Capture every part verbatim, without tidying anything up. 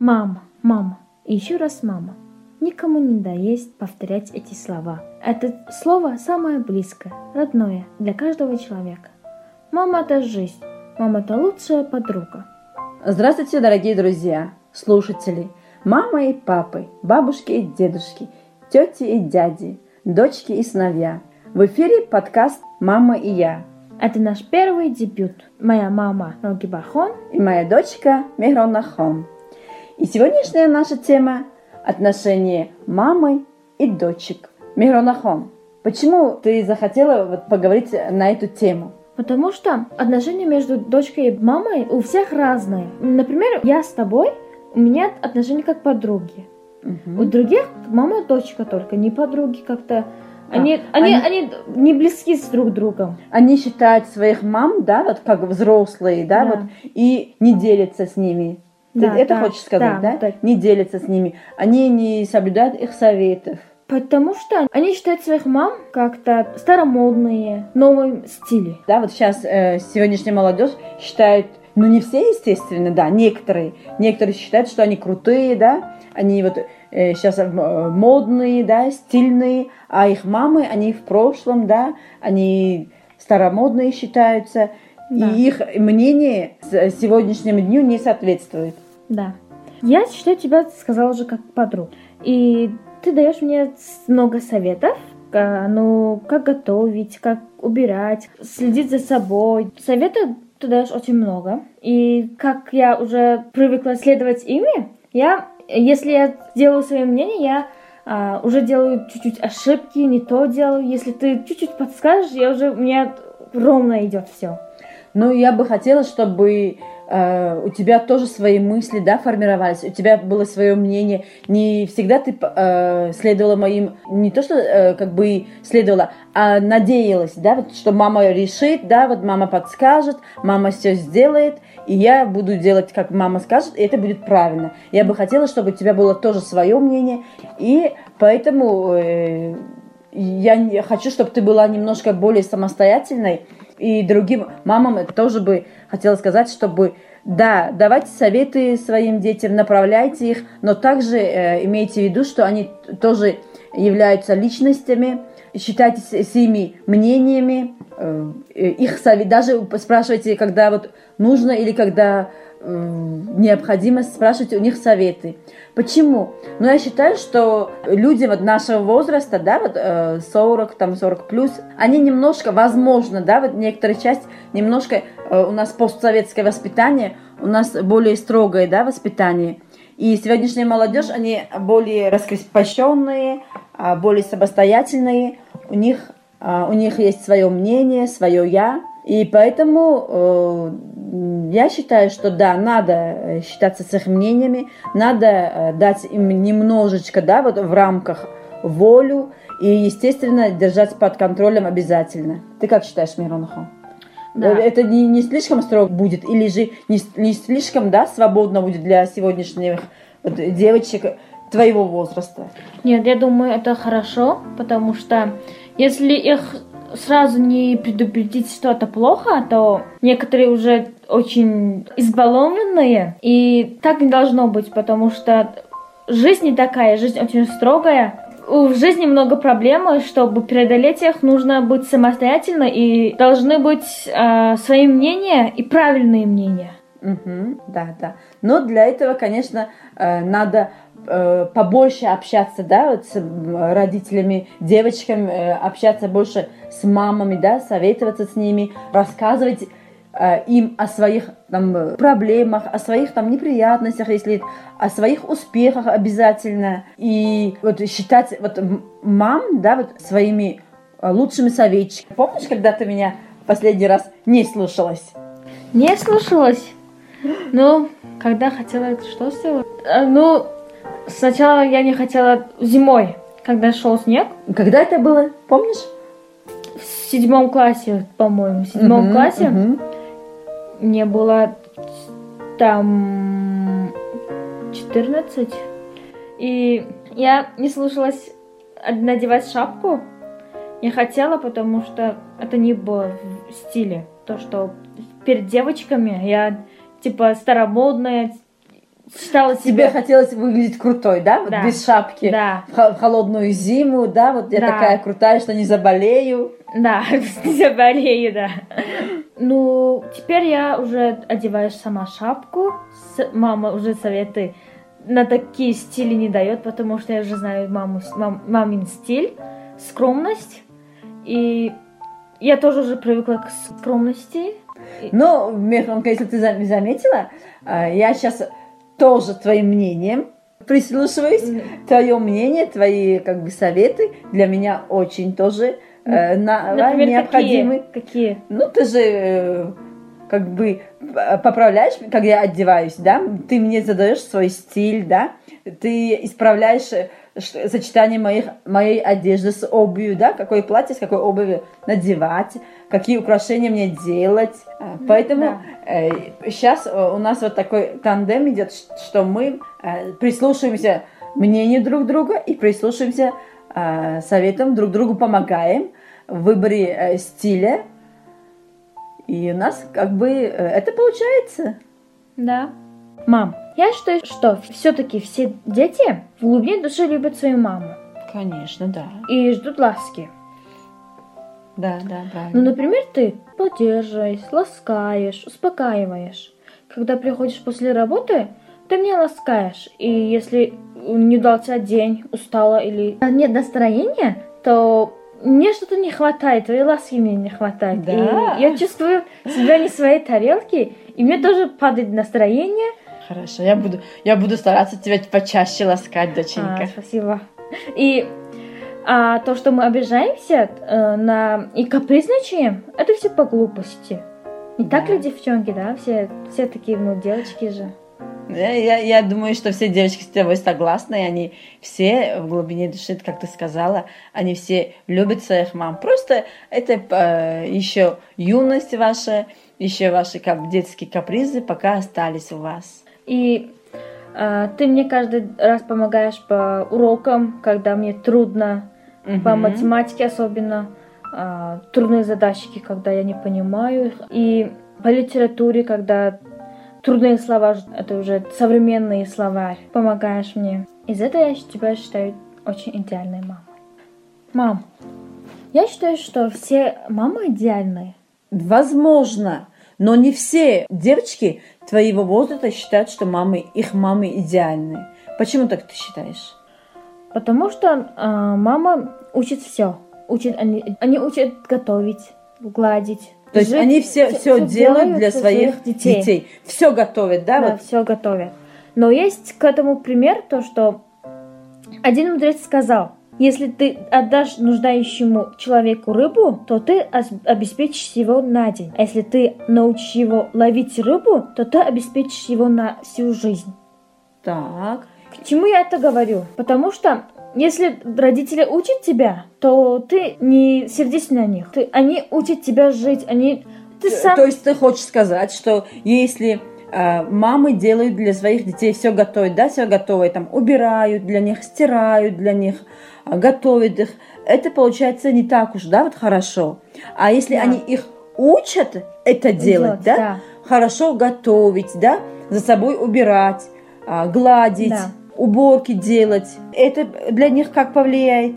Мама, мама и еще раз мама. Никому не надоест повторять эти слова. Это слово самое близкое, родное для каждого человека. Мама – это жизнь. Мама – это лучшая подруга. Здравствуйте, дорогие друзья, слушатели, мамы и папы, бабушки и дедушки, тети и дяди, дочки и сыновья. В эфире подкаст «Мама и я». Это наш первый дебют. Моя мама Ногиба Хон и моя дочка Мехрона Хон. И сегодняшняя наша тема – отношения мамы и дочек. Мехрона Хон, почему ты захотела вот поговорить на эту тему? Потому что отношения между дочкой и мамой у всех разные. Например, я с тобой, у меня отношения как подруги. Угу. У других мама и дочка только, не подруги как-то. Они, а, они, они, они не близки с друг другом. Они считают своих мам, да, вот как взрослые, да, да. вот, и не делятся с ними. Да, Ты это да, хочешь сказать, да? да? Да. Не делятся с ними. Они не соблюдают их советов. Потому что они считают своих мам как-то старомодные, новые стили. Да, вот сейчас э, сегодняшняя молодежь считает, ну не все, естественно, да, некоторые. Некоторые считают, что они крутые, да, они вот э, сейчас э, модные, да, стильные, а их мамы, они в прошлом, да, они старомодные считаются, да. И их мнение сегодняшнему дню не соответствует. Да. Я считаю, тебя сказала уже как подругу. И ты даешь мне много советов, ну, как готовить, как убирать, следить за собой. Советов ты даешь очень много. И как я уже привыкла следовать ими, я, если я делаю свое мнение, я а, уже делаю чуть-чуть ошибки, не то делаю. Если ты чуть-чуть подскажешь, я уже, у меня ровно идет все. Ну, я бы хотела, чтобы э, у тебя тоже свои мысли, да, формировались, у тебя было свое мнение. Не всегда ты э, следовала моим, не то что э, как бы следовала, а надеялась, да, вот, что мама решит, да, вот мама подскажет, мама все сделает, и я буду делать, как мама скажет, и это будет правильно. Я бы хотела, чтобы у тебя было тоже свое мнение, и поэтому э, я хочу, чтобы ты была немножко более самостоятельной. И другим мамам тоже бы хотела сказать, чтобы, да, давайте советы своим детям, направляйте их, но также э, имейте в виду, что они тоже являются личностями, считайте с ими мнениями, э, их совет, даже спрашивайте, когда вот нужно или когда э, необходимо, спрашивайте у них советы. Почему? Ну, я считаю, что люди вот нашего возраста, да, вот сорок, там сорок плюс, они немножко, возможно, да, вот некоторая часть, немножко у нас постсоветское воспитание, у нас более строгое, да, воспитание. И сегодняшняя молодежь, они более раскрепощенные, более самостоятельные, у них, у них есть свое мнение, свое «я». И поэтому э, я считаю, что да, надо считаться с их мнениями, надо э, дать им немножечко, да, вот в рамках волю и, естественно, держать под контролем обязательно. Ты как считаешь, Мехрона Хон? Да. Это не, не слишком строго будет или же не, не слишком, да, свободно будет для сегодняшних вот, девочек твоего возраста? Нет, я думаю, это хорошо, потому что если их сразу не предупредить, что это плохо, то некоторые уже очень избалованные, и так не должно быть, потому что жизнь не такая, жизнь очень строгая. В жизни много проблем, и чтобы преодолеть их, нужно быть самостоятельно, и должны быть э, свои мнения и правильные мнения. Угу, да, да. Но для этого, конечно, э, надо побольше общаться, да, вот с родителями, девочками, общаться больше с мамами, да, советоваться с ними, рассказывать э, им о своих там проблемах, о своих там неприятностях, если о своих успехах обязательно. И вот считать вот мам, да, вот своими лучшими советчиками. Помнишь, когда ты меня в последний раз не слушалась? Не слушалась? Ну, когда хотела что сделать? Ну, сначала я не хотела зимой, когда шел снег. Когда это было, помнишь? В седьмом классе, по-моему, в седьмом uh-huh, классе. Uh-huh. Мне было там четырнадцать. И я не слушалась надевать шапку. Не хотела, потому что это не было в стиле. То, что перед девочками я типа старомодная, считала Тебе себя... хотелось выглядеть крутой, да? Вот Да. без шапки. Да. В хо- в холодную зиму, да? Вот я Да. такая крутая, что не заболею. Да, не заболею, да. Ну, теперь я уже одеваю сама шапку. С- Мама уже советы на такие стили не дает, потому что я уже знаю маму, мам, мамин стиль, скромность. И я тоже уже привыкла к скромности. Но, Мехонка, если ты за- заметила, а, я сейчас тоже твоим мнением прислушиваюсь. Твое мнение, твои как бы советы для меня очень тоже э, на- Например, необходимы. какие? Какие? Ну, ты же э, как бы п- поправляешь, когда я одеваюсь, да? Ты мне задаешь свой стиль, да? Ты исправляешь э, ш- сочетание моих, моей одежды с обувью, да? Какое платье с какой обувью надевать, какие украшения мне делать. А, Поэтому Да. сейчас у нас вот такой тандем идет, ш- что мы э, прислушиваемся мнению друг друга и прислушиваемся э, советам, друг другу помогаем в выборе э, стиля. И у нас как бы э, это получается. Да. Мам, я считаю, что все-таки все дети в глубине души любят свою маму Конечно, да. и ждут ласки. Да, да, правильно. Ну, например, ты поддерживаешь, ласкаешь, успокаиваешь. Когда приходишь после работы, ты меня ласкаешь. И если не удался день, устала или нет настроения, то мне что-то не хватает, твоей ласки мне не хватает. Да. И я чувствую себя не в своей тарелке, и мне тоже падает настроение. Хорошо, я буду, я буду стараться тебя почаще ласкать, доченька. А, спасибо. И а, то, что мы обижаемся э, на и капризничаем, это все по глупости. Не Да. так ли, девчонки, да? Все, все такие, ну, девочки же. Я, я, я думаю, что все девочки с тобой согласны, и они все в глубине души, как ты сказала, они все любят своих мам. Просто это э, еще юность ваша, еще ваши как, детские капризы пока остались у вас. И а, ты мне каждый раз помогаешь по урокам, когда мне трудно, по Мгм. математике особенно, а, трудные задачки, когда я не понимаю их, и по литературе, когда трудные слова, это уже современные слова, помогаешь мне. Из-за этого я тебя считаю очень идеальной мамой. Мам, я считаю, что все мамы идеальные. Возможно, но не все девочки твоего возраста считают, что мамы, их мамы идеальные. Почему так ты считаешь? Потому что а, мама учит все. Учит, они, они учат готовить, гладить. То есть жить. они все, все, всё делают для своих детей. детей. Все готовят, да? Да, вот? все готовят. Но есть к этому пример, то что один мудрец сказал, если ты отдашь нуждающему человеку рыбу, то ты ос- обеспечишь его на день. А если ты научишь его ловить рыбу, то ты обеспечишь его на всю жизнь. Так. К чему я это говорю? Потому что если родители учат тебя, то ты не сердись на них. Ты, они учат тебя жить, они... Ты сам... То есть ты хочешь сказать, что если э, мамы делают для своих детей все готовят, да, все готовое, там, убирают для них, стирают для них, э, готовят их, это получается не так уж, да, вот хорошо. А если Да. они их учат это делать, Делать, да, да. хорошо готовить, да, за собой убирать, э, гладить, Да. уборки делать, это для них как повлияет?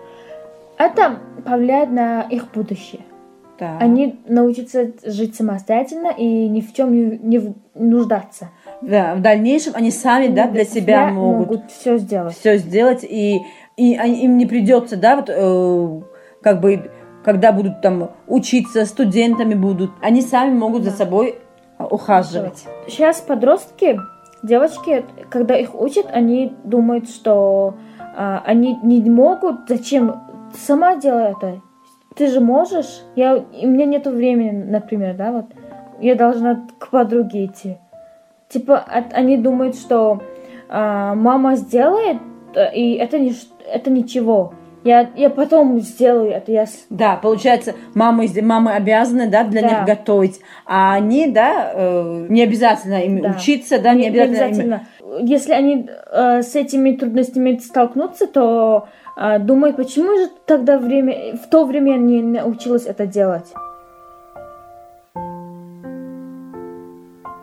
Это повлияет на их будущее. Так. Они научатся жить самостоятельно и ни в чем не, не в- нуждаться. Да, в дальнейшем они сами, да, для себя могут все сделать. все сделать, и, и они- им не придется, да, вот, э, как бы, когда будут там учиться, студентами будут, они сами могут за Да. собой ухаживать. Сейчас подростки, девочки, когда их учат, они думают, что а, они не могут. Зачем? Ты сама делай это. Ты же можешь. Я, и у меня нету времени, например, да, вот. Я должна к подруге идти. Типа, от- они думают, что а, мама сделает, э, и это, не, ш- это ничего. Я, я потом сделаю это. Я... с- Да, получается, мамы, мамы обязаны, да, для Да. них готовить, а они, да, э, не обязательно им Да. учиться, да, не, Не- не обязательно, им- обязательно. Если они э, с этими трудностями столкнутся, то э, думают, почему же тогда время, в то время не научилась это делать.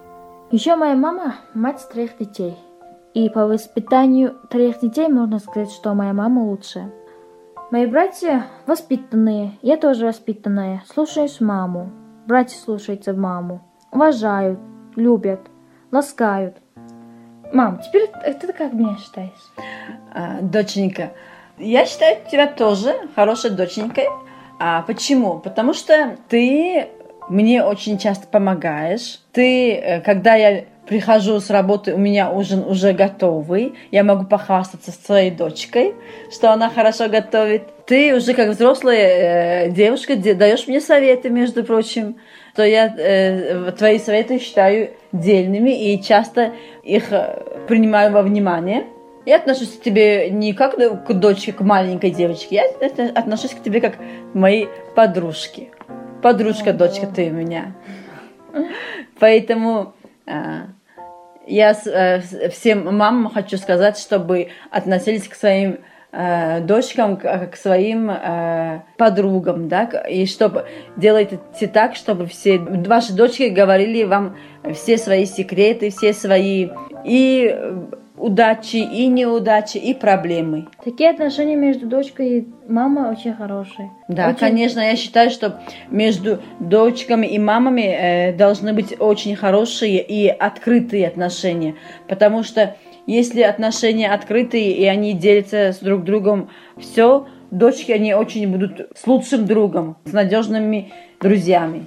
Еще моя мама – мать трех детей. И по воспитанию трех детей можно сказать, что моя мама лучшая. Мои братья воспитанные, я тоже воспитанная, слушаюсь маму. Братья слушаются маму, уважают, любят, ласкают. Мам, теперь ты как меня считаешь? А, доченька, я считаю тебя тоже хорошей доченькой. А почему? Потому что ты мне очень часто помогаешь. Ты, когда я прихожу с работы, у меня ужин уже готовый. Я могу похвастаться своей дочкой, что она хорошо готовит. Ты уже как взрослая э, девушка даешь мне советы, между прочим, что я э, твои советы считаю дельными и часто их принимаю во внимание. Я отношусь к тебе не как к дочке, к маленькой девочке. Я отношусь к тебе как к моей подружке. Подружка, дочка ты у меня. Поэтому э, я э, всем мамам хочу сказать, чтобы относились к своим э, дочкам, к, к своим э, подругам, да, и чтобы делайте так, чтобы все ваши дочки говорили вам все свои секреты, все свои и удачи, и неудачи, и проблемы. Такие отношения между дочкой и мамой очень хорошие. Да, очень... конечно, я считаю, что между дочками и мамами э, должны быть очень хорошие и открытые отношения, потому что если отношения открытые и они делятся с друг другом все, дочки они очень будут с лучшим другом, с надежными друзьями.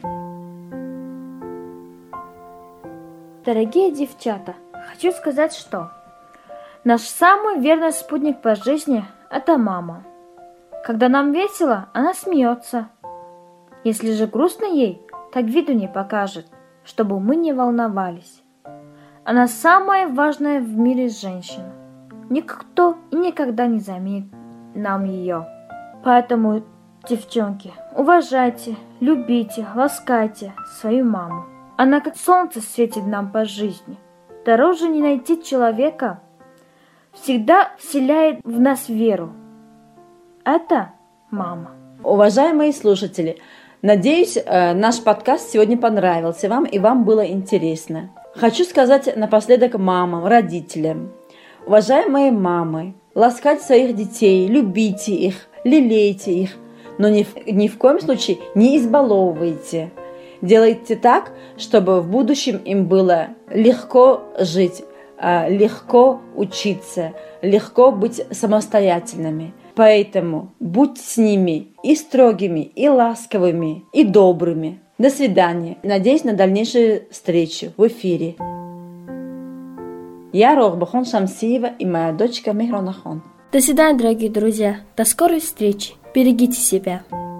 Дорогие девчата, хочу сказать, что наш самый верный спутник по жизни – это мама. Когда нам весело, она смеется. Если же грустно ей, так виду не покажет, чтобы мы не волновались. Она самая важная в мире женщина. Никто и никогда не заменит нам ее. Поэтому, девчонки, уважайте, любите, ласкайте свою маму. Она как солнце светит нам по жизни. Дороже не найти человека, всегда вселяет в нас веру. Это мама. Уважаемые слушатели, надеюсь, наш подкаст сегодня понравился вам и вам было интересно. Хочу сказать напоследок мамам, родителям. Уважаемые мамы, ласкайте своих детей, любите их, лелейте их, но ни в, ни в коем случае не избаловывайте. Делайте так, чтобы в будущем им было легко жить, легко учиться, легко быть самостоятельными. Поэтому будьте с ними и строгими, и ласковыми, и добрыми. До свидания. Надеюсь на дальнейшую встречу в эфире. Я Рохбахон Шамсиева и моя дочка Мехронахон. До свидания, дорогие друзья. До скорой встречи. Берегите себя.